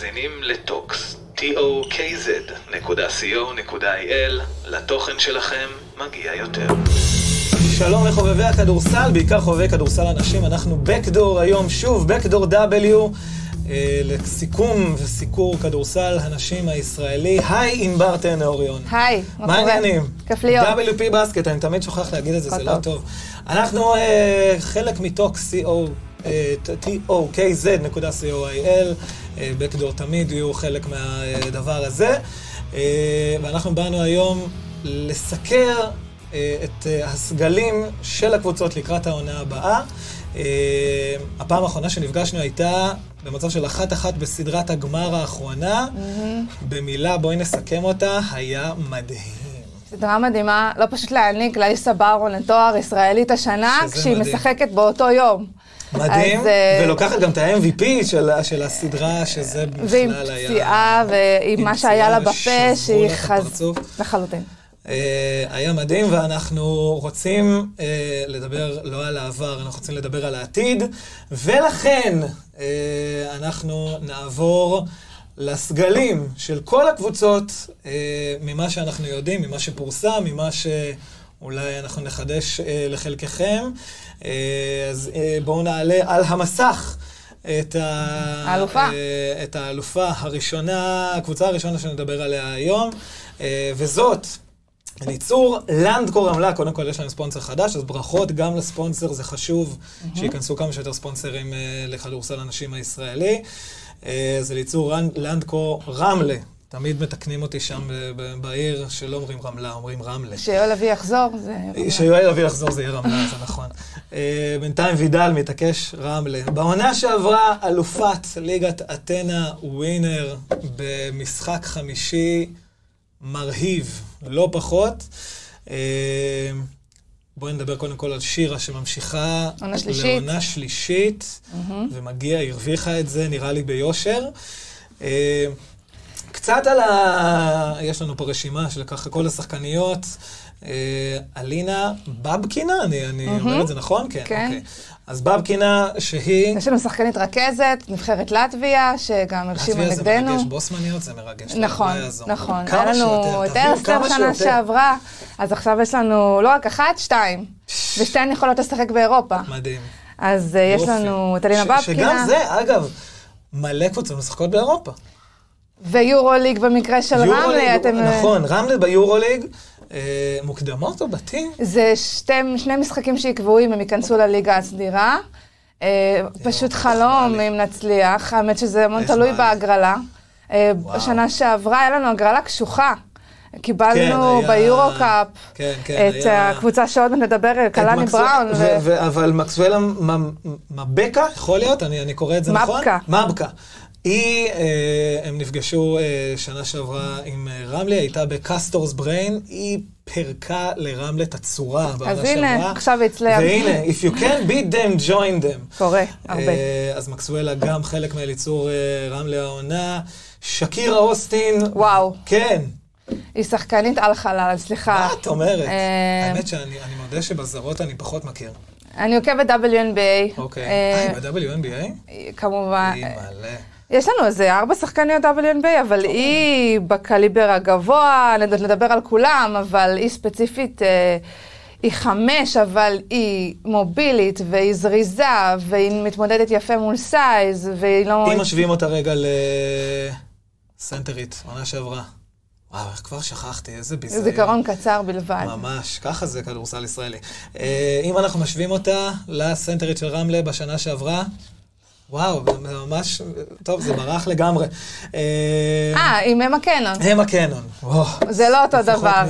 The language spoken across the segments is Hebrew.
מאזינים לטוקס, tokz.co.il, לתוכן שלכם מגיע יותר. שלום לחובבי הכדורסל, בעיקר חובבי כדורסל אנשים, אנחנו בקדור היום, שוב בקדור W, לסיכום וסיקור כדורסל הנשים הישראלי. היי ענבר טנא אוריון. היי, מה העניינים? כיף להיות. WP בסקט, אני תמיד שוכח להגיד את זה, זה לא טוב. אנחנו חלק מטוקס tokz.co.il, בקדור תמיד יהיו חלק מהדבר הזה, ואנחנו באנו היום לסקר את הסגלים של הקבוצות לקראת העונה הבאה. הפעם האחרונה שנפגשנו הייתה במצב של 1-1 בסדרת הגמר האחרונה. במילה, בואי נסכם אותה, היה מדהים. סדרה מדהימה, לא פשוט להעניק לאיסה ברון לתואר ישראלית השנה, כשהיא משחקת באותו יום. מדהים, ולוקחת גם את ה-MVP של הסדרה, שזה בכלל היה... ועם פציעה, ועם מה שהיה לה בפה, שהיא לחלוטין. היה מדהים, ואנחנו רוצים לדבר לא על העבר, אנחנו רוצים לדבר על העתיד, ולכן אנחנו נעבור לסגלים של כל הקבוצות, ממה שאנחנו יודעים, ממה שפורסם, ממה שאולי אנחנו נחדש לחלקכם. אז בואו נעלה על המסך את האלופה הראשונה, הקבוצה הראשונה שנדבר עליה היום, וזאת אליצור לנדקו רמלה. קודם כל יש לנו ספונסר חדש, אז ברכות גם לספונסר, זה חשוב שיכנסו כמה שיותר ספונסרים לכדורסל הנשים הישראלי. אז אליצור לנדקו רמלה, תמיד מתקנים אותי שם בעיר שלא אומרים רמלה, אומרים רמלה. שיואל אבי יחזור, זה... שיואל אבי יחזור זה יהיה רמלה, זה נכון. בינתיים וידל מתעקש רמלה. בעונה שעברה אלופת ליגת אתנה ווינר במשחק חמישי מרהיב, לא פחות. בואי נדבר קודם כל על שירה שממשיכה לעונה שלישית, ומגיע, הרוויחה את זה, נראה לי ביושר. קצת על יש לנו פה רשימה של ככה כל השחקניות. אלינה בבקינה, אני אומר את זה נכון? כן. אוקיי. אז בבקינה שהיא... יש לנו שחקנית רכזת, נבחרת לטביה, שגם הרשימה נגדנו. לטביה זה מרגש, בוסמניות זה מרגש. נכון, נכון. היה לנו את ארסטר שנה שעברה, אז עכשיו יש לנו לא רק 1, 2, ושתיהן יכולות לשחק באירופה. מדהים. אז יש לנו את אלינה בבקינה. שגם זה, אגב, מלא קבוצות משחקות באירופה. ויורוליג במקרה של רמלה. נכון, רמלה ביורוליג. מוקדמות או בתים? זה שני משחקים שיקבעו אם הם ייכנסו לליגה הסדירה. פשוט חלום אם נצליח. האמת שזה המון תלוי בהגרלה. בשנה שעברה היה לנו הגרלה קשוחה. קיבלנו ביורו-קאפ את הקבוצה שעוד נדבר, קלני בראון. אבל מקסוולה מבקה, יכול להיות? אני קורא את זה נכון? מבקה. הם נפגשו שנה שעברה עם רמלה, הייתה בקסטורס בריין, היא פרקה לרמלה את הצורה בעונה שעברה. אז הנה, עכשיו הצליח. והנה, if you can beat them, join them. קורה, הרבה. אז מקסוולה גם חלק מאליצור רמלה העונה. שקירה אוסטין. וואו. כן. היא שחקנית על חלל, סליחה. מה את אומרת? האמת שאני מודה שבזרות אני פחות מכיר. אני עוקבת WNBA. אוקיי. ב-WNBA? כמובן. היא מלא. יש לנו איזה 4 שחקניות WNBA, אבל היא בקליבר הגבוה, נדבר על כולם, אבל היא ספציפית, היא 5, אבל היא מובילית, והיא זריזה, והיא מתמודדת יפה מול סייז, והיא לא... אם משווים אותה רגע לסנטרית, עונה שעברה. וואו, איך כבר שכחתי, איזה ביזיון. זיכרון קצר בלבד. ממש, ככה זה כדורסל ישראלי. אם אנחנו משווים אותה לסנטרית של רמלה בשנה שעברה, וואו, ממש, טוב, זה ברח לגמרי. עם אמה קנון. אמה קנון, וואו. זה לא אותו דבר.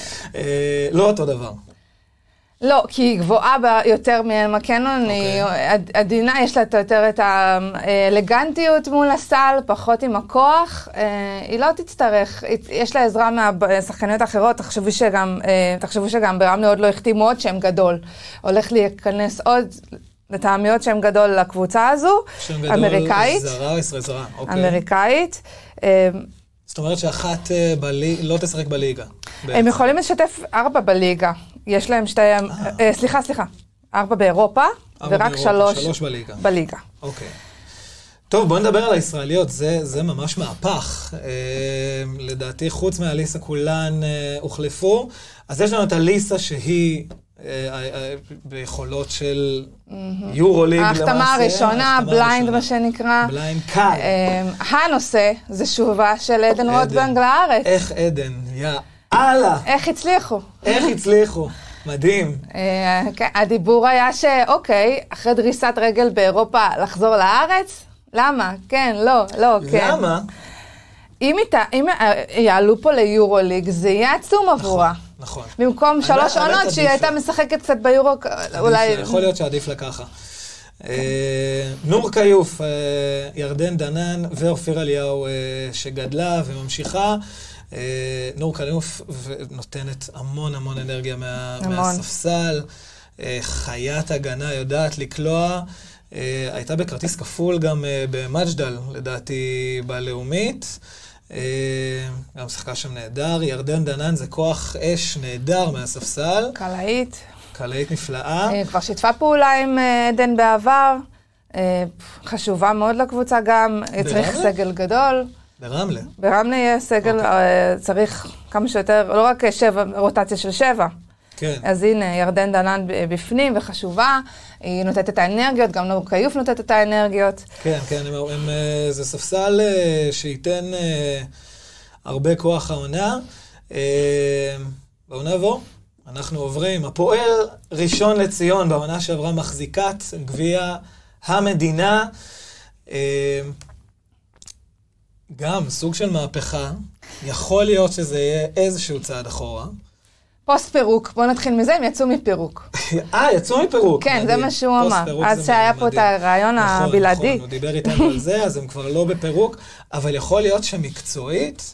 לא אותו דבר. לא, כי היא גבוהה יותר מאמה קנון, היא עדינה, יש לה יותר את האלגנטיות מול הסל, פחות עם הכוח. היא לא תצטרך, יש לה עזרה מהשחקניות האחרות, תחשבו שגם ברמלה עוד לא החתימו עוד שם גדול. הולך להיכנס עוד... לטעמיות שם גדול לקבוצה הזו, אמריקאית. זרה או ישראל זרה, אוקיי. אמריקאית. זאת אומרת שאחת לא תשחק בליגה. הם יכולים לשתף 4 בליגה. יש להם 2, סליחה, 4 באירופה, ורק 3 בליגה. בליגה. אוקיי. טוב, בואו נדבר על הישראליות, זה ממש מהפך. לדעתי, חוץ מאליסה כולן הוחלפו. אז יש לנו את אליסה שהיא ביכולות של יורוליג למעשה. ההחתמה הראשונה, בליינד מה שנקרא. בליינד קל. הנושא זה שובה של עדן רוטבנג לארץ. איך עדן, יאללה. איך הצליחו. איך הצליחו. מדהים. הדיבור היה שאוקיי, אחרי דריסת רגל באירופה לחזור לארץ? למה? כן, לא, כן. למה? אם יעלו פה ליורוליג, זה יהיה עצום עבורה. נכון. במקום 3 עונות שהיא הייתה משחקת קצת ביורו, אולי... יכול להיות שעדיף לה ככה. נור קיוף, ירדן דנן ואופיר אליהו שגדלה וממשיכה. נור קיוף נותנת המון אנרגיה מהספסל. חיית הגנה יודעת לקלוע. הייתה בכרטיס כפול גם במג'דל, לדעתי, בלאומית. גם שחקה שם נהדר. ירדן דנן זה כוח אש נהדר מהספסל. קלעית נפלאה. כבר שיתפה פעולה עם עדן בעבר. חשובה מאוד לקבוצה גם. צריך סגל גדול. ברמלה. ברמלה יהיה סגל, צריך כמה שיותר, לא רק 7, רוטציה של 7. כן. אז הנה, ירדן דנן בפנים וחשובה, היא נותנת את האנרגיות, גם נור קיוף נותנת את האנרגיות. כן, זה ספסל שייתן הרבה כוח העונה. בואו נעבור. אנחנו עוברים. הפועל ראשון לציון בעונה שעברה מחזיקת גביע המדינה. גם סוג של מהפכה. יכול להיות שזה יהיה איזשהו צעד אחורה. פוסט פירוק, בואו נתחיל מזה, הם יצאו מפירוק. יצאו מפירוק. כן, זה מה שהוא אמר. אז שהיה פה את הרעיון הבלעדי. נכון, הוא דיבר איתנו על זה, אז הם כבר לא בפירוק, אבל יכול להיות שמקצועית,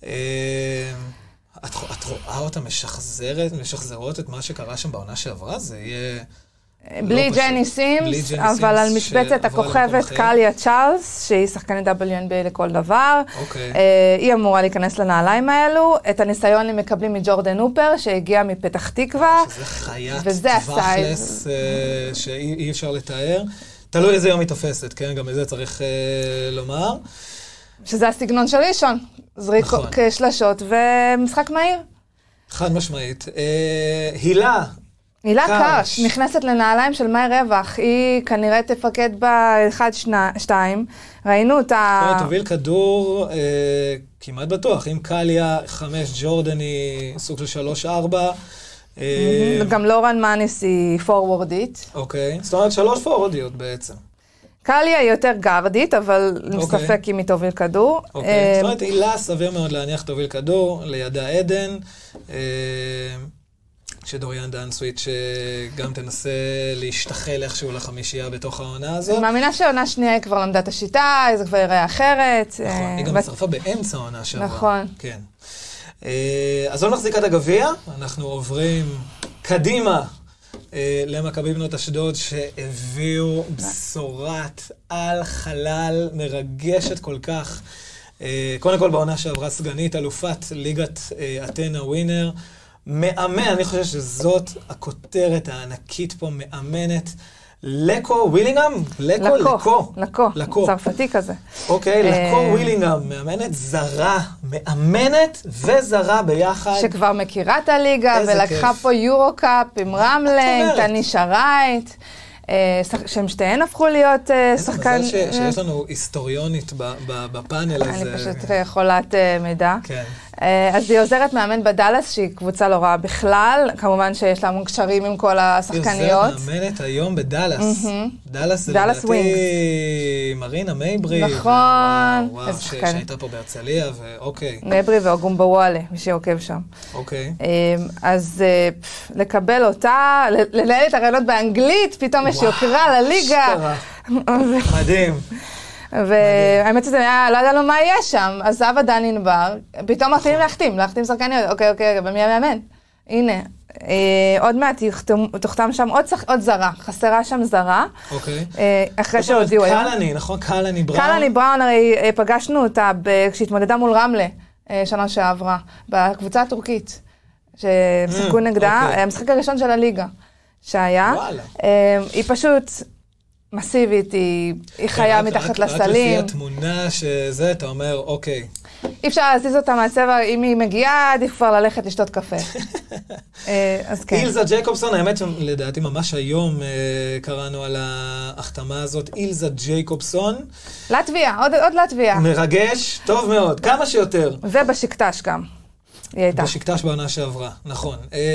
את רואה אותה משחזרות את מה שקרה שם בעונה שעברה, זה יהיה... בלי ג'ני סימס, אבל על משבצת הכוכבת קליה צ'ארלס, שהיא שחקנית WNBA לכל דבר. היא אמורה להיכנס לנעליים האלו. את הניסיון הם מקבלים מג'ורדן הופר, שהגיע מפתח תקווה. שזה חיית וחלס שאי אפשר לתאר. תלוי איזה יום היא תופסת, כן? גם לזה צריך לומר. שזה הסגנון של ראשון. זריקות שלשות ומשחק מהיר. חד משמעית. הילה קש, נכנסת לנעליים של מאי רווח, היא כנראה תפקד ב-1-2, ראינו אותה... תוביל כדור כמעט בטוח, אם קליה 5 ג'ורדן היא סוג של 3-4. גם לורן מאניס היא פורוורדית. אוקיי, זאת אומרת 3 פורורדיות בעצם. קליה היא יותר גרדית, אבל מספק אם היא תוביל כדור. אוקיי, זאת אומרת הילה סביר מאוד להניח תוביל כדור, לידה עדן. שדוריאן דאנסוויץ' שגם תנסה להשתחל איכשהו לחמישייה בתוך העונה הזאת. אני מאמינה שהעונה שנייה היא כבר למדה את השיטה, זה כבר יראה אחרת. נכון, היא גם הצטרפה באמצע העונה שעברה. נכון. כן. אז לא נחזיק עד הגביע, אנחנו עוברים קדימה למכבי בנות אשדוד שהביאו בשורת על חלל מרגשת כל כך. קודם כל בעונה שעברה סגנית, אלופת ליגת אתנה ווינר, מאמן, אני חושב שזאת הכותרת הענקית פה, מאמנת לקו ווילינגהם? לקו, צרפתי כזה. אוקיי, לקו ווילינגהם, מאמנת זרה, מאמנת וזרה ביחד. שכבר מכירה את הליגה ולקחה פה יורו-קאפ עם רמלה, עם תנישה רייט. שהם שתיהן הפכו להיות שחקן... אין מזל שיש לנו היסטוריונית בפאנל הזה. אני פשוט חולת מידע. כן. אז היא עוזרת מאמן בדלס, שהיא קבוצה לא רעה בכלל. כמובן שיש לה המון קשרים עם כל השחקניות. היא עוזרת מאמנת היום בדלס. דלס זה לדעתי מרינה מייברי. נכון. וואו, שהייתה פה בהרצליה, ואוקיי. מייברי ואוגומבוואלה, מי שעוקב שם. אוקיי. אז לקבל אותה, לנהל את הרעיונות באנגלית, פתאום יש יוקרה לליגה. מדהים. והאמת שזה היה, לא ידענו מה יהיה שם, אז זהבה דן ענבר, פתאום מתחילים להחתים שחקניות, אוקיי, במי המאמן? הנה, עוד מעט תוחתם שם עוד זרה, חסרה שם זרה. אוקיי. אחרי שהודיעו היום. קלני, נכון? קלני בראון. קלני בראון, הרי פגשנו אותה כשהתמודדה מול רמלה, שנה שעברה, בקבוצה הטורקית, שמשחקו נגדה, המשחק הראשון של הליגה, שהיה. היא פשוט... מסיבית, היא חיה מתחת לסלים. רק לפי התמונה שזה, אתה אומר, אוקיי. אי אפשר להזיז אותה מהצבע, אם היא מגיעה, עדיף כבר ללכת לשתות קפה. אז כן. אילזה ג'ייקובסון, האמת שלדעתי ממש היום קראנו על ההחתמה הזאת, אילזה ג'ייקובסון. לטביה, עוד לטביה. מרגש, טוב מאוד, כמה שיותר. ובשקטש גם. היא הייתה. בשקטש בעונה שעברה, נכון.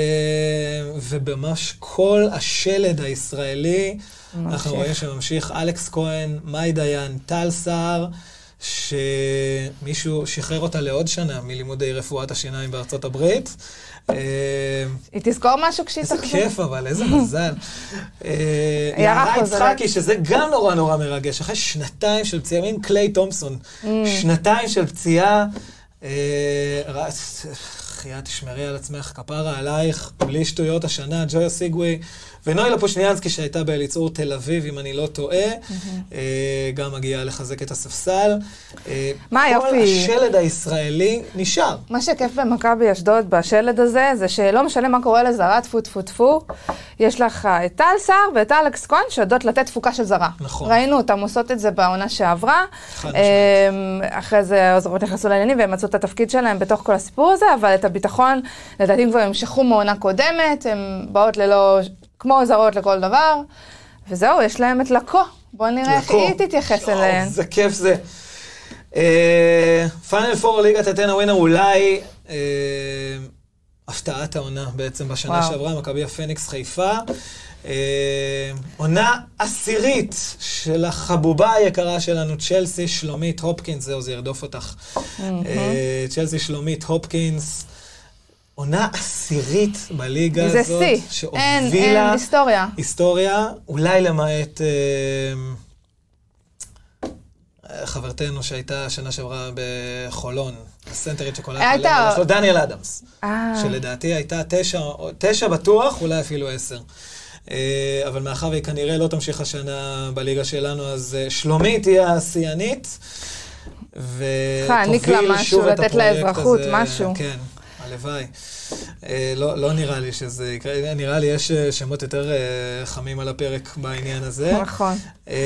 ובמש כל השלד הישראלי, אנחנו רואים שממשיך אלכס כהן, מאי דיין, טל סער, שמישהו שחרר אותה לעוד שנה מלימודי רפואת השיניים בארצות הברית. היא תזכור משהו כשהיא תחזור. איזה כיף, אבל איזה מזל. יערה יצחקי, שזה גם נורא נורא מרגש, אחרי שנתיים של פציעה, מין קליי תומפסון, שנתיים של פציעה, חייה תשמרי על עצמך, כפרה עלייך, בלי שטויות השנה, ג'ויה סיגווי, ונוילה פושניאנסקי שהייתה באליצור תל אביב, אם אני לא טועה, גם מגיעה לחזק את הספסל. מה יופי? כל השלד הישראלי נשאר. מה שכיף במכבי אשדוד בשלד הזה, זה שלא משנה מה קורה לזרה, טפו טפו טפו, יש לך את טל סער ואת אלכס כהן שיודעות לתת תפוקה של זרה. נכון. ראינו אותם עושות את זה בעונה שעברה. אחרי זה העוזרות נכנסו לעניינים והם מצאו את התפקיד שלהם בתוך כל הסיפור הזה, אבל את הביטחון, לדעתי הם כבר המשכו מעונה קודמת, הם באות ללא, כמו זרות לכל דבר, וזהו, יש להם את לקו. בואו נראה איך היא תתייחס אליהן. זה כיף זה. פיינל פור ליגת אתנה ווינר, אולי הפתעת העונה בעצם בשנה שעברה, מכבי הפניקס חיפה. עונה עשירית של החבובה היקרה שלנו, צ'לסי, שלומית, הופקינס, זהו, זה ירדוף אותך. צ'לסי, שלומית, הופקינס, עונה עשירית בליגה הזאת. זה שיא, אין היסטוריה. היסטוריה, אולי למעט חברתנו שהייתה שנה שעברה בחולון, הסנטרית שקולט עלינו, יש לו דניאל אדמס, שלדעתי הייתה 9 בטוח, אולי אפילו 10. אבל מאחר והיא כנראה לא תמשיך השנה בליגה שלנו, אז שלומית תהיה השיאנית, ותוביל שוב את הפרויקט הזה. משהו. כן, הלוואי. לא נראה לי שזה יקרה, נראה לי יש שמות יותר חמים על הפרק בעניין הזה. נכון.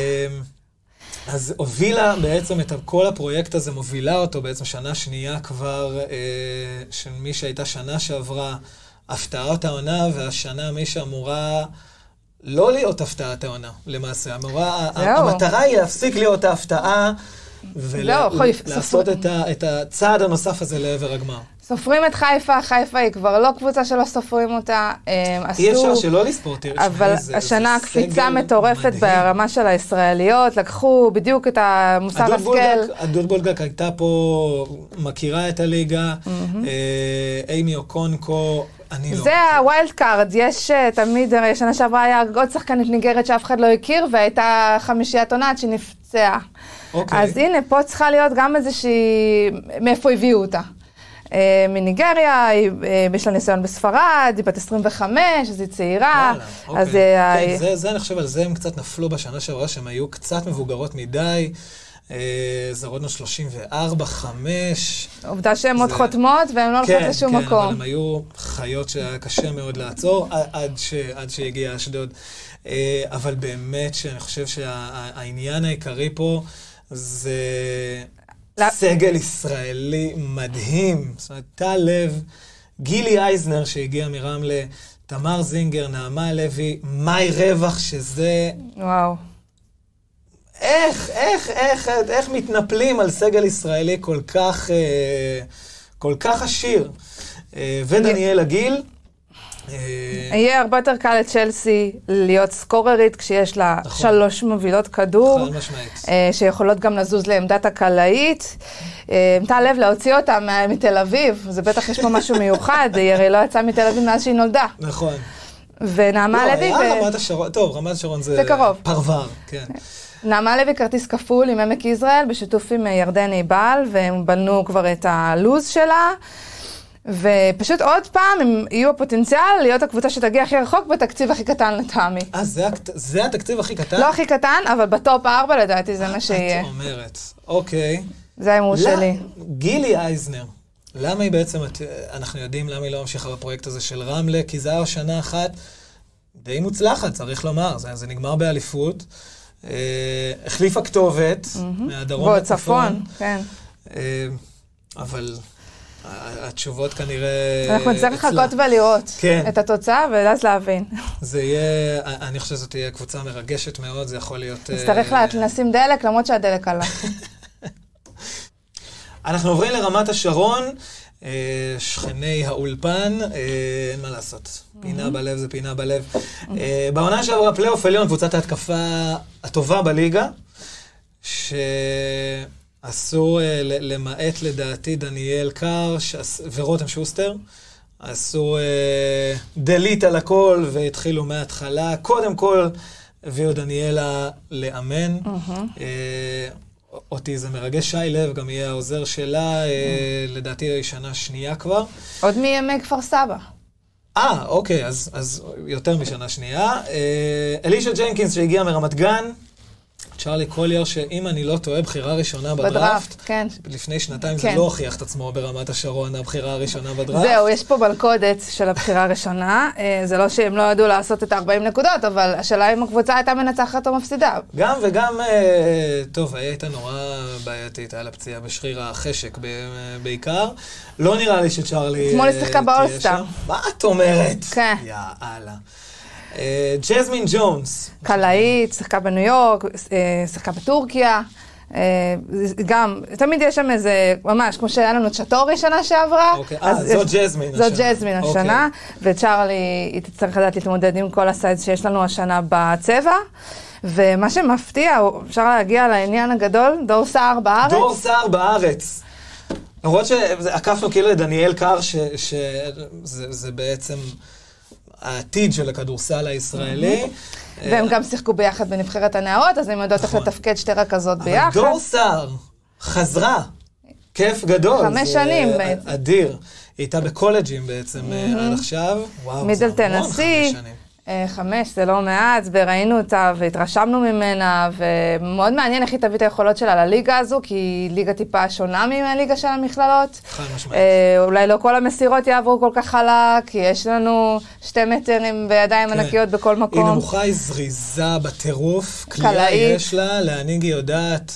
אז הובילה בעצם את כל הפרויקט הזה, מובילה אותו בעצם שנה שנייה כבר, של מי שהייתה שנה שעברה הפתעת העונה, והשנה מי שאמורה לא להיות הפתעת העונה, למעשה. המטרה היא להפסיק להיות ההפתעה, ולעשות את הצעד הנוסף הזה לעבר הגמר. סופרים את חיפה, חיפה היא כבר לא קבוצה שלא סופרים אותה. אי אפשר שלא לספור, אבל השנה קפיצה מטורפת ברמה של הישראליות, לקחו בדיוק את המוסר השכל. עדות בולגק הייתה פה, מכירה את הליגה, אימי אוקונקו, אני לא. זה הווילד קארד, יש תמיד, שנה שעברה היה עוד שחקנית ניגרת שאף אחד לא הכיר, והייתה חמישיית עונת שנפצעה. אז הנה, פה צריכה להיות גם איזושהי, מאיפה הביאו אותה. מניגריה, יש לה ניסיון בספרד, היא בת 25, אז היא צעירה. אז זה אני חושב, על זה הם קצת נפלו בשנה שעברה, שהם היו קצת מבוגרות מדי, זרודנו 34, 5. עובדה שהן עוד חותמות, והן לא הולכות לשום מקום. כן, אבל הם היו חיות שהיה קשה מאוד לעצור, עד שהגיע אשדוד. אבל באמת שאני חושב שהעניין העיקרי פה, זה סגל ישראלי מדהים. זאת אומרת, טל לב, גילי אייזנר שהגיע מרמלה, תמר זינגר, נעמה לוי, מאי רווח שזה... וואו. איך מתנפלים על סגל ישראלי כל כך עשיר. ודניאל הגיל. יהיה הרבה יותר קל לצ'לסי להיות סקוררית כשיש לה 3 מובילות כדור, שיכולות גם לזוז לעמדת הקלעית. טל לב להוציא אותה מתל אביב, זה בטח יש פה משהו מיוחד, היא הרי לא יצאה מתל אביב מאז שהיא נולדה. נכון. ונעמה לוי... לא, היה רמת השרון, טוב, רמת השרון זה פרבר, כן. נעמה לוי כרטיס כפול עם עמק יזרעאל, בשיתוף עם ירדני בעל, והם בנו כבר את הלוז שלה. ופשוט עוד פעם, הם יהיו הפוטנציאל להיות הקבוצה שתגיע הכי רחוק בתקציב הכי קטן לטעמי. זה התקציב הכי קטן? לא הכי קטן, אבל בטופ 4 לדעתי זה מה שיהיה. את אומרת, אוקיי. זה האמור שלי. גילי אייזנר, למה היא בעצם, אנחנו יודעים למה היא לא ממשיכה בפרויקט הזה של רמלה, כי זה היה שנה אחת די מוצלחת, צריך לומר, זה נגמר באליפות, החליפה כתובת מהדרום לצפון. כן. אבל התשובות כנראה אנחנו נצטרך לחכות ולראות את התוצאה ואז להבין. זה יהיה, אני חושב שזאת תהיה קבוצה מרגשת מאוד, זה יכול להיות... נצטרך לשים דלק, למרות שהדלק עלה. אנחנו עוברים לרמת השרון, שכני האולפן, אין מה לעשות. פינה בלב זה פינה בלב. בעונה שעברה פלייאוף עליון, קבוצת ההתקפה הטובה בליגה, שעשו למעט לדעתי דניאל קאר ורותם שוסטר, עשו דליט על הכל והתחילו מההתחלה. קודם כל הביאו דניאלה לאמן. אותי זה מרגש, שי לב גם יהיה העוזר שלה, לדעתי שנה שנייה כבר. עוד מימי כפר סבא. אוקיי, אז יותר משנה שנייה. אלישה ג'נקינס שהגיע מרמת גן, צ'רלי קולייר, שאם אני לא טועה, בחירה ראשונה בדראפט. כן. לפני שנתיים זה לא הוכיח את עצמו ברמת השרון, הבחירה הראשונה בדראפט. זהו, יש פה מלכודת של הבחירה הראשונה. זה לא שהם לא ידעו לעשות את 40 נקודות, אבל השאלה אם הקבוצה הייתה מנצחת או מפסידה. גם וגם, טוב, הייתה נורא בעייתית, היה לה פציעה בשריר החשק בעיקר. לא נראה לי שצ'רלי... אתמול היא שיחקה באולסטאר. מה את אומרת? כן. יאללה. ג'זמין ג'ונס. קלעית, שיחקה בניו יורק, שיחקה בטורקיה. גם, תמיד יש שם איזה, ממש, כמו שהיה לנו צ'טורי שנה שעברה. זו ג'זמין השנה. זו ג'זמין השנה, וצ'רלי, היא תצטרך לדעת להתמודד עם כל הסייז שיש לנו השנה בצבע. ומה שמפתיע, אפשר להגיע לעניין הגדול, דור סער בארץ. דור סער בארץ. למרות שעקפנו כאילו לדניאל קאר, שזה בעצם... העתיד של הכדורסל הישראלי. והם גם שיחקו ביחד בנבחרת הנערות, אז הם יודעות איך לתפקד שתי רכזות ביחד. אבל דור סער חזרה. כיף גדול. 5 שנים בעצם. אדיר. היא הייתה בקולג'ים בעצם עד עכשיו. מידל טנסי. 5, זה לא מעט, וראינו אותה והתרשמנו ממנה, ומאוד מעניין איך היא תביא את היכולות שלה לליגה הזו, כי היא ליגה טיפה שונה מהליגה של המכללות. אולי לא כל המסירות יעברו כל כך חלק, כי יש לנו 2 מטרים בידיים ענקיות בכל מקום. היא נמוכה, היא זריזה בטירוף, קליעה יש לה, להנהיג היא יודעת,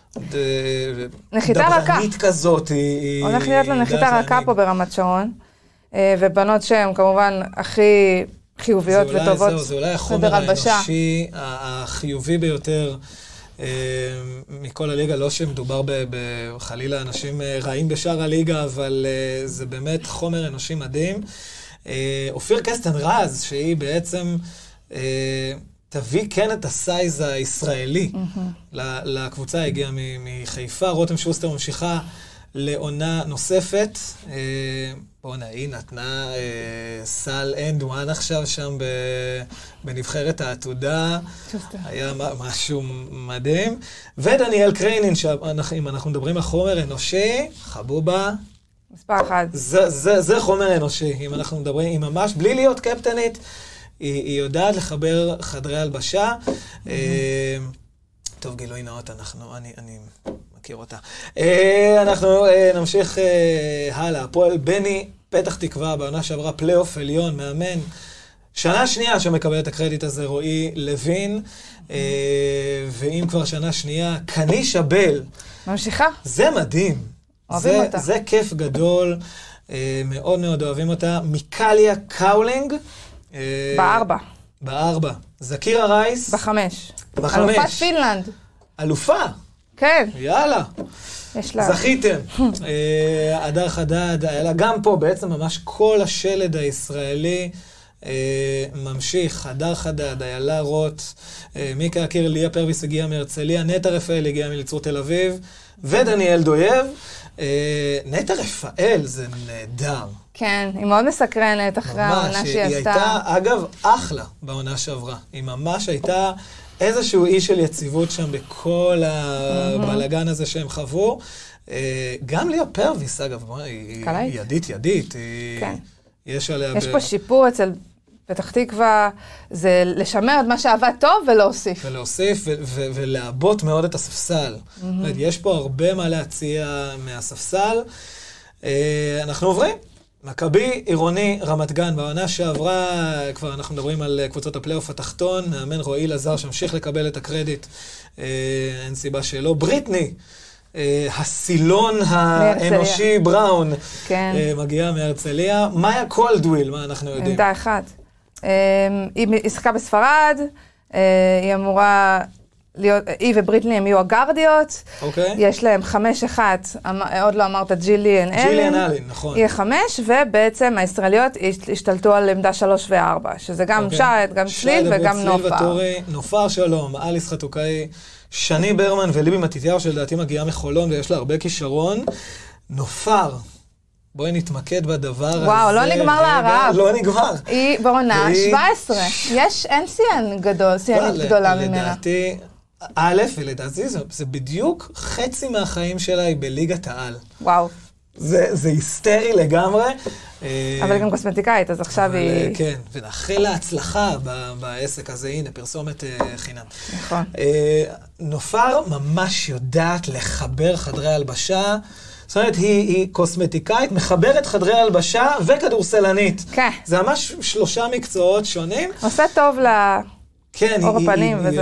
נחיתה רכה. דברנית כזאת, היא... הולך להיות לה נחיתה רכה פה ברמת שרון, ובנות שהן כמובן הכי... חיוביות וטובות. זה אולי החומר האנושי החיובי ביותר מכל הליגה, לא שמדובר בחלילה אנשים רעים בשאר הליגה, אבל זה באמת חומר אנושי מדהים. אופיר קסטן רז, שהיא בעצם תביא כן את הסייז הישראלי לקבוצה, הגיעה מחיפה, רותם שוסטר ממשיכה לעונה נוספת. בוא'נה, היא נתנה סל אנד וואן עכשיו שם בנבחרת העתודה. היה משהו מדהים. ודניאל קריינין, אם אנחנו מדברים על חומר אנושי, חבובה. מספר 1. זה חומר אנושי. אם אנחנו מדברים, היא ממש, בלי להיות קפטנית, היא יודעת לחבר חדרי הלבשה. טוב, גילוי נאות, אני מכיר אותה. אנחנו נמשיך הלאה. הפועל בני פתח תקווה, בעונה שעברה פלייאוף עליון, מאמן. שנה שנייה שמקבל את הקרדיט הזה, רועי לוין. ואם כבר שנה שנייה, קנישה בל. ממשיכה. זה מדהים. אוהבים אותה. זה כיף גדול. מאוד מאוד אוהבים אותה. מיקליה קאולינג. ב4. זקירה רייס. ב5. ב5. אלופת פינלנד. אלופה. כן. יאללה. יש לה. זכיתם. הדר חדד, היה לה גם פה בעצם ממש כל השלד הישראלי ממשיך. הדר חדד, איילה רוט, מיקה אקיר, ליה פרוויס הגיעה מהרצליה, נטע רפאל הגיעה מליצור תל אביב, ודניאל דויב. נטע רפאל זה נהדר. כן, היא מאוד מסקרנת אחרי העונה שהיא עשתה. היא הייתה, אגב, אחלה בעונה שעברה. היא ממש הייתה איזשהו אי של יציבות שם בכל הבלגן הזה שהם חוו. גם ליה פרוויס, אגב, היא ידית. יש עליה... יש פה שיפור אצל פתח תקווה, זה לשמר את מה שעבד טוב ולהוסיף. ולעבות מאוד את הספסל. יש פה הרבה מה להציע מהספסל. אנחנו עוברים מכבי עירוני רמת גן, בעונה שעברה, כבר אנחנו מדברים על קבוצות הפלייאוף התחתון, מאמן רועי לזר שמשיך לקבל את הקרדיט, אין סיבה שלא. בריטני, הסילון האנושי בראון, כן. מגיעה מהרצליה. מאיה קולדוויל, מה אנחנו יודעים? עמדה אחת. היא שיחקה בספרד, היא אמורה להיות, היא ובריטני הם יהיו הגרדיות. אוקיי. יש להם 5-1, עוד לא אמרת ג'יליאן אלן. ג'יליאן אלן, נכון. יהיה 5, ובעצם הישראליות השתלטו על עמדה 3 ו-4, שזה גם שייט, גם צליל וגם נופר. נופר שלום, אליס חתוקאי, שני ברמן וליבי מתתיהו, שלדעתי מגיעה מחולון ויש לה הרבה כישרון. נופר. בואי נתמקד בדבר הזה. וואו, לא נגמר לה הרעב. לא נגמר. היא בעונה 17. אין שיאנית גדולה ממנה. לדעתי, א', ולדעתי זה בדיוק חצי מהחיים שלה היא בליגת העל. וואו. זה היסטרי לגמרי. אבל היא גם קוסמטיקאית, אז עכשיו היא... כן, ונאחל לה הצלחה בעסק הזה. הנה, פרסומת חינם. נכון. נופר ממש יודעת לחבר חדרי הלבשה. זאת אומרת, היא קוסמטיקאית, מחברת חדרי הלבשה וכדורסלנית. כן. זה ממש 3 מקצועות שונים. עושה טוב לאור הפנים וזה.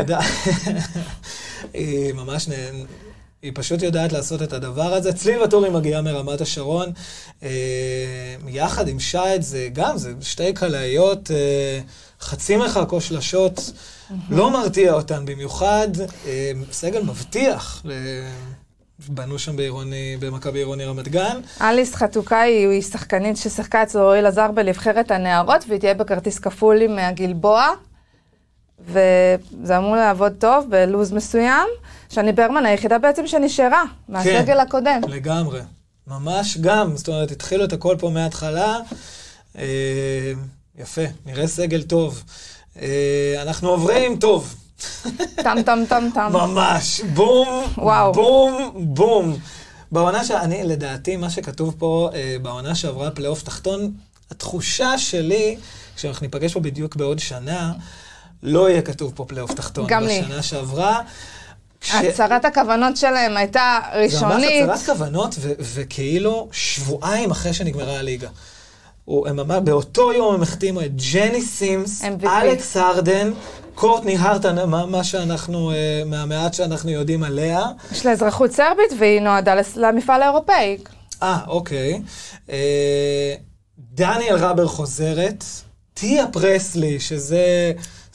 היא ממש, היא פשוט יודעת לעשות את הדבר הזה. צליל וטורי מגיעה מרמת השרון, יחד עם שייט, זה שתי קלעיות, חצי מרחק או שלשות, לא מרתיע אותן במיוחד, סגל מבטיח. בנו שם במכבי עירוני רמת גן. אליס חתוקאי היא שחקנית ששיחקה אצל רועי לזר בנבחרת הנערות, והיא תהיה בכרטיס כפול עם הגלבוע, וזה אמור לעבוד טוב בלוז מסוים. שני ברמן היחידה בעצם שנשארה מהסגל הקודם. לגמרי. ממש גם. זאת אומרת, התחילו את הכל פה מההתחלה. יפה, נראה סגל טוב. אנחנו עוברים טוב. טם טם טם טם. ממש, בום, וואו. בום, בום. בעונה שאני, לדעתי, מה שכתוב פה, בעונה שעברה פלייאוף תחתון, התחושה שלי, כשאנחנו ניפגש פה בדיוק בעוד שנה, לא יהיה כתוב פה פלייאוף תחתון. גם לי. בשנה שעברה. הצהרת הכוונות שלהם הייתה ראשונית. זה ממש הצהרת כוונות, וכאילו שבועיים אחרי שנגמרה הליגה. באותו יום הם החתימו את ג'ני סימס, אלכס הרדן, קורטני הרטן, מה שאנחנו, מהמעט שאנחנו יודעים עליה. יש לה אזרחות סרבית והיא נועדה למפעל האירופאי. אוקיי. דניאל רבר חוזרת, טיה פרסלי, שזה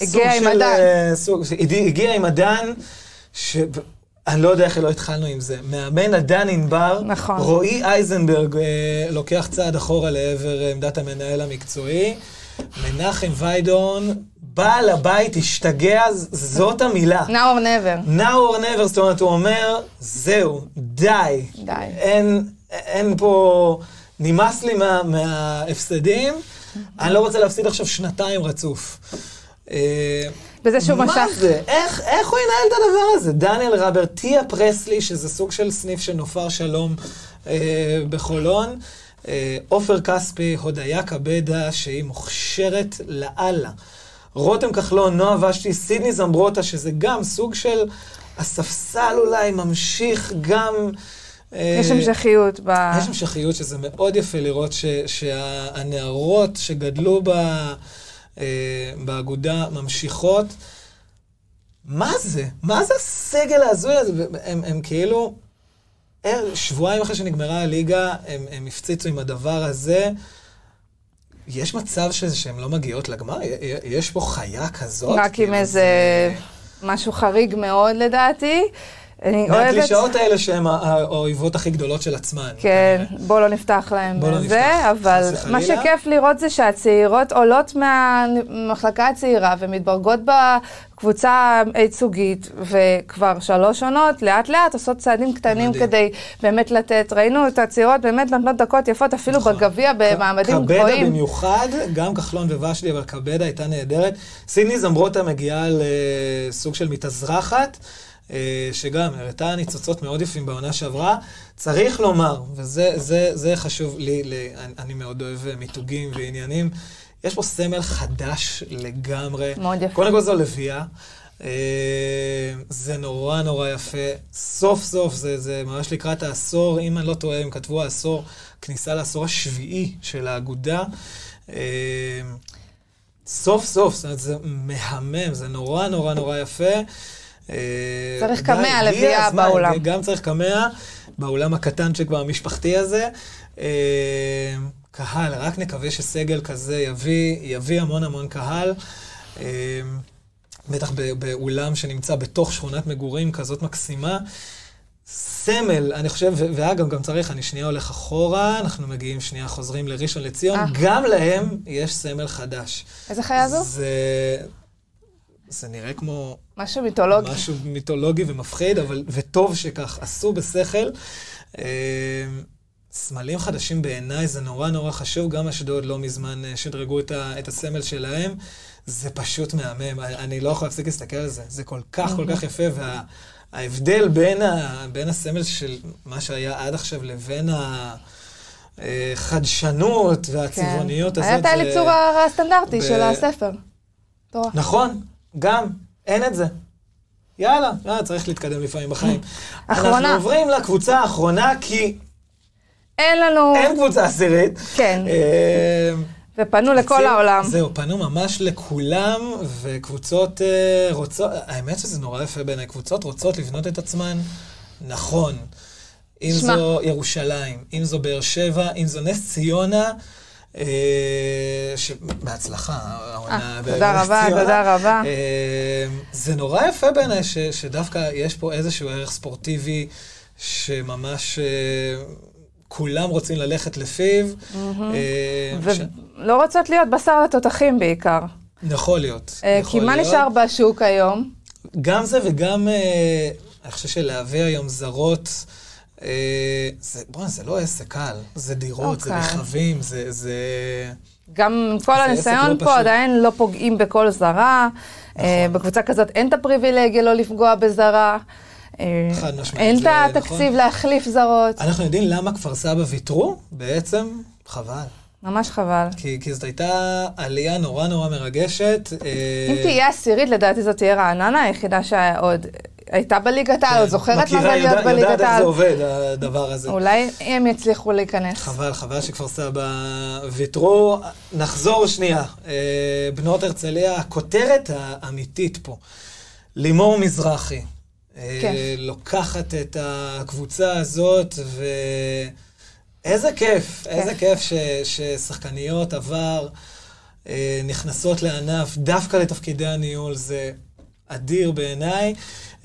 הגיע עם הדן, אני לא יודע איך לא התחלנו עם זה. מאמן הדן ענבר, נכון. רועי אייזנברג לוקח צעד אחורה לעבר עמדת המנהל המקצועי, מנחם ויידון, בעל הבית השתגע, זאת המילה. Now or never. Now or never, זאת אומרת, הוא אומר, זהו, די. אין פה, נמאס לי מההפסדים, אני לא רוצה להפסיד עכשיו 2 רצוף. וזה שוב משך. מה זה? איך הוא ינהל את הדבר הזה? דניאל רבר, טיה פרסלי, שזה סוג של סניף של נופר שלום בחולון, עופר כספי, הודיה קבדה, שהיא מוכשרת לאללה. רותם כחלון, נועה ושתי, סידני זמברוטה, שזה גם סוג של הספסל אולי ממשיך גם... יש המשכיות יש המשכיות, שזה מאוד יפה לראות שהנערות שגדלו באגודה ממשיכות. מה זה? מה זה הסגל ההזוי הזה? הם כאילו... שבועיים אחרי שנגמרה הליגה, הם הפציצו עם הדבר הזה. יש מצב שהן לא מגיעות לגמר? יש פה חיה כזאת? רק עם איזה משהו חריג מאוד לדעתי. מהקלישאות האלה שהן האויבות הכי גדולות של עצמן. כן, בוא לא נפתח להם בזה, אבל מה שכיף לראות זה שהצעירות עולות מהמחלקה הצעירה ומתברגות בקבוצה הייצוגית, וכבר 3 עונות לאט לאט עושות צעדים קטנים כדי באמת לתת. ראינו את הצעירות באמת נותנות דקות יפות אפילו בגביע במעמדים גבוהים. קבדה במיוחד, גם כחלון ובשלי, אבל קבדה הייתה נהדרת. סידני זמברוטה מגיעה לסוג של מתאזרחת, שגם הראתה ניצוצות מאוד יפים בעונה שעברה. צריך לומר, וזה חשוב לי, אני מאוד אוהב מיתוגים ועניינים, יש פה סמל חדש לגמרי. מאוד יפה. קודם כל זו לביאה, זה נורא נורא יפה. סוף סוף, זה ממש לקראת העשור, אם אני לא טועה, הם כתבו העשור, כניסה לעשור השביעי של האגודה. סוף סוף, זה מהמם, זה נורא נורא נורא יפה. צריך קמע לביאה בעולם. גם צריך קמע בעולם הקטנצ'ק והמשפחתי הזה. קהל, רק נקווה שסגל כזה יביא המון המון קהל. בטח באולם שנמצא בתוך שכונת מגורים כזאת מקסימה. סמל, אני חושב, ואגב, גם צריך, אני שנייה הולך אחורה, אנחנו מגיעים שנייה, חוזרים לראשון לציון, גם להם יש סמל חדש. איזה חיה זו? זה נראה כמו... משהו מיתולוגי. משהו מיתולוגי ומפחיד, וטוב שכך, עשו בשכל. סמלים חדשים בעיניי, זה נורא נורא חשוב, גם אשדוד לא מזמן שדרגו את הסמל שלהם, זה פשוט מהמם, אני לא יכול להפסיק להסתכל על זה, זה כל כך כל כך יפה, וההבדל בין הסמל של מה שהיה עד עכשיו לבין החדשנות והצבעוניות הזאת. היה את האליצור הסטנדרטי של הספר. נכון, גם, אין את זה. יאללה, צריך להתקדם לפעמים בחיים. אחרונה. אנחנו עוברים לקבוצה האחרונה, כי... אין קבוצה עשירית. כן. ופנו לכל העולם. זהו, פנו ממש לכולם, וקבוצות רוצות, האמת שזה נורא יפה בעיניי, קבוצות רוצות לבנות את עצמן נכון. אם זו ירושלים, אם זו באר שבע, אם זו נס ציונה, בהצלחה. תודה רבה, תודה רבה. זה נורא יפה בעיניי שדווקא יש פה איזשהו ערך ספורטיבי שממש... כולם רוצים ללכת לפיו. ולא רוצות להיות בשר לתותחים בעיקר. יכול להיות. כי מה נשאר בשוק היום? גם זה וגם, אני חושב שלהביא היום זרות, זה לא עסק קל. זה דירות, זה רכבים, זה... גם כל הניסיון פה עדיין לא פוגעים בכל זרה. בקבוצה כזאת אין את הפריבילגיה לא לפגוע בזרה. אין את התקציב להחליף זרות. אנחנו יודעים למה כפר סבא ויתרו? בעצם חבל. ממש חבל. כי זאת הייתה עלייה נורא נורא מרגשת. אם תהיה עשירית, לדעתי זאת תהיה רעננה, היחידה שעוד הייתה בליגת העל, או זוכרת מה זה להיות בליגת העל. יודעת איך זה עובד, הדבר הזה. אולי הם יצליחו להיכנס. חבל שכפר סבא ויתרו. נחזור שנייה. בנות הרצליה, הכותרת האמיתית פה. לימור מזרחי. לוקחת את הקבוצה הזאת, ואיזה כיף, איזה כיף ששחקניות עבר נכנסות לענף, דווקא לתפקידי הניהול, זה אדיר בעיניי,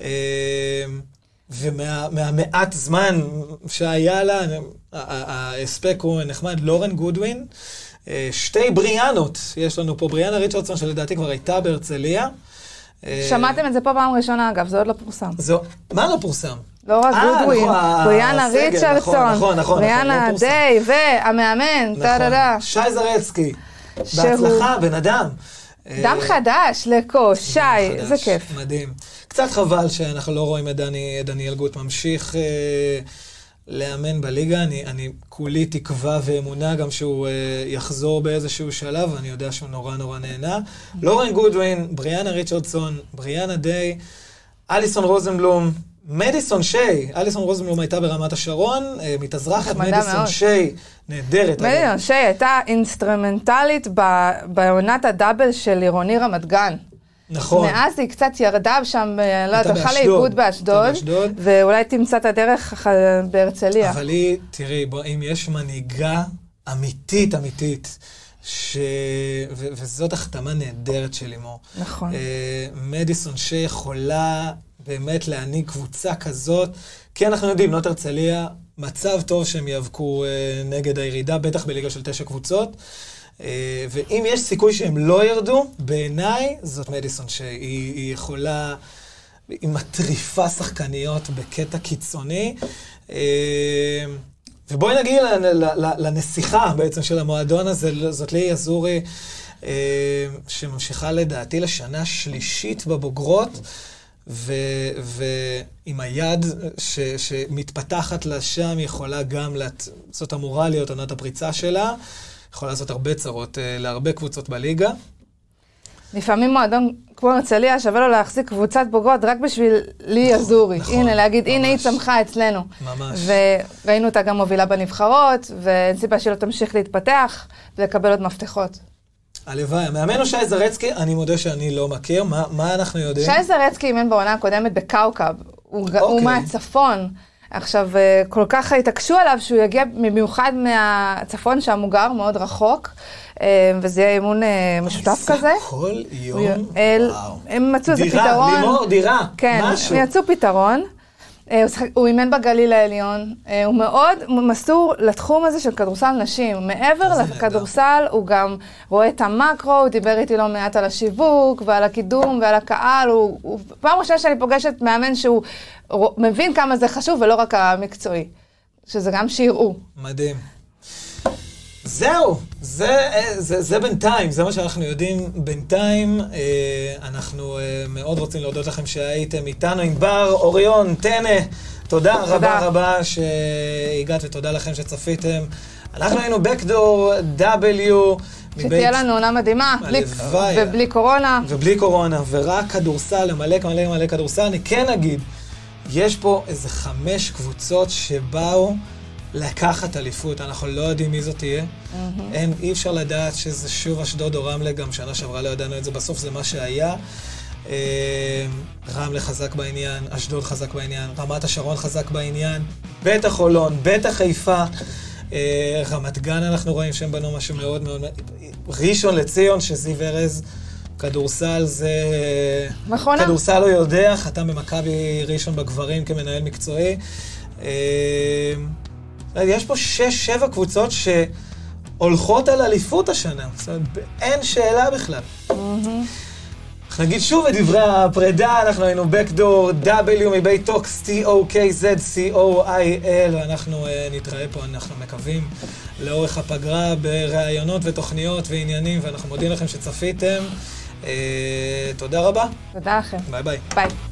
ומהמעט זמן שהיה לה, ההספק הוא נחמד, לורן גודווין, שתי בריאנות, יש לנו פה בריאנה ריצ'רדסון שלדעתי כבר הייתה בהרצליה, שמעתם את זה פה פעם ראשונה, אגב, זה עוד לא פורסם. מה לא פורסם? לא רק גודווין, בריאנה ריצ'רדסון, בריאנה דיי, והמאמן, שי זרצקי, בהצלחה, בן אדם. דם חדש, לקו, שי, איזה כיף. מדהים. קצת חבל שאנחנו לא רואים את דניאל גוט ממשיך לאמן בליגה, אני כולי תקווה ואמונה גם שהוא יחזור באיזשהו שלב, ואני יודע שהוא נורא נורא נהנה. לורן גודווין, בריאנה ריצ'רדסון, בריאנה דיי, אליסון רוזנבלום, מדיסון שיי, אליסון רוזנבלום הייתה ברמת השרון, מתאזרחת, מדיסון שיי, נהדרת. מדיסון שיי הייתה אינסטרומנטלית בעונת הדאבל של עירוני רמת גן. נכון. מאז היא קצת ירדה שם, לא יודעת, הלכה לאיבוד באשדוד, ואולי תמצא את הדרך בהרצליה. אבל היא, תראי, אם יש מנהיגה אמיתית, וזאת החתמה נהדרת של לימור. נכון. מדיסון שיכולה באמת להנהיג קבוצה כזאת, כי אנחנו יודעים, בנות הרצליה, מצב טוב שהם יאבקו נגד הירידה, בטח בליגה של 9 קבוצות, ואם יש סיכוי שהם לא ירדו, בעיניי זאת מדיסון שהיא יכולה, היא מטריפה שחקניות בקטע קיצוני, ובואי נגיד לנסיכה בעצם של המועדון הזה, זאת ליהי אזורי, שממשיכה לדעתי לשנה שלישית בבוגרות, ועם היד שמתפתחת לה שם, יכולה גם, זאת אמורה להיות עונת הפריצה שלה, יכולה לעשות הרבה צרות להרבה קבוצות בליגה. לפעמים מועדון כמו הרצליה שווה לו להחזיק קבוצת בוגרות רק בשביל לי אזורי. הנה, להגיד, הנה היא צמחה אצלנו. ממש. וראינו אותה גם מובילה בנבחרות, ואין סיבה שלא תמשיך להתפתח ולקבל עוד מפתחות. הלוואי, המאמן הוא שי זרצקי, אני מודה שאני לא מכיר, מה אנחנו יודעים? שי זרצקי אימן בעונה הקודמת בקאוקב, הוא מהצפון. עכשיו, כל כך התעקשו עליו שהוא יגיע במיוחד מהצפון שם הוא גר, מאוד רחוק, וזה יהיה אימון משותף כזה. כל יום? וואו. הם מצאו איזה פתרון. דירה, לימור, דירה, כן, משהו. הם יצאו פתרון. הוא אימן בגליל העליון, הוא מאוד מסור לתחום הזה של כדורסל נשים. מעבר לכדורסל, הוא גם רואה את המקרו, הוא דיבר איתי לא מעט על השיווק ועל הקידום ועל הקהל. פעם ראשונה שאני פוגשת מאמן שהוא מבין כמה זה חשוב ולא רק המקצועי. שזה גם שיראו. מדהים. זהו, זה בינתיים, זה מה שאנחנו יודעים בינתיים. אנחנו מאוד רוצים להודות לכם שהייתם איתנו עם בר, אוריון, טנא. תודה רבה רבה שהגעת ותודה לכם שצפיתם. אנחנו היינו בקדור W. שתהיה לנו עונה מדהימה, ובלי קורונה. ובלי קורונה, ורק כדורסל, מלא כדורסל. אני כן אגיד, יש פה איזה 5 קבוצות שבאו לקחת אליפות, אנחנו לא יודעים מי זאת תהיה. אי אפשר לדעת שזה שוב אשדוד או רמלה, גם שנה שעברה לא ידענו את זה, בסוף זה מה שהיה. רמלה חזק בעניין, אשדוד חזק בעניין, רמת השרון חזק בעניין, בטח חולון, בטח חיפה, רמת גן אנחנו רואים שהם בנו משהו מאוד מאוד, ראשון לציון שזיו ארז, כדורסל זה... מכונה. כדורסל הוא יודע, חתם במכבי ראשון בגברים כמנהל מקצועי. יש פה 6-7 קבוצות שהולכות על אליפות השנה. זאת אומרת, אין שאלה בכלל. אנחנו נגיד שוב את דברי הפרידה, אנחנו היינו בקדור W מבית טוקס, TOKZCOIL, ואנחנו נתראה פה, אנחנו מקווים, לאורך הפגרה בראיונות ותוכניות ועניינים, ואנחנו מודים לכם שצפיתם. תודה רבה. תודה לכם. ביי ביי. ביי.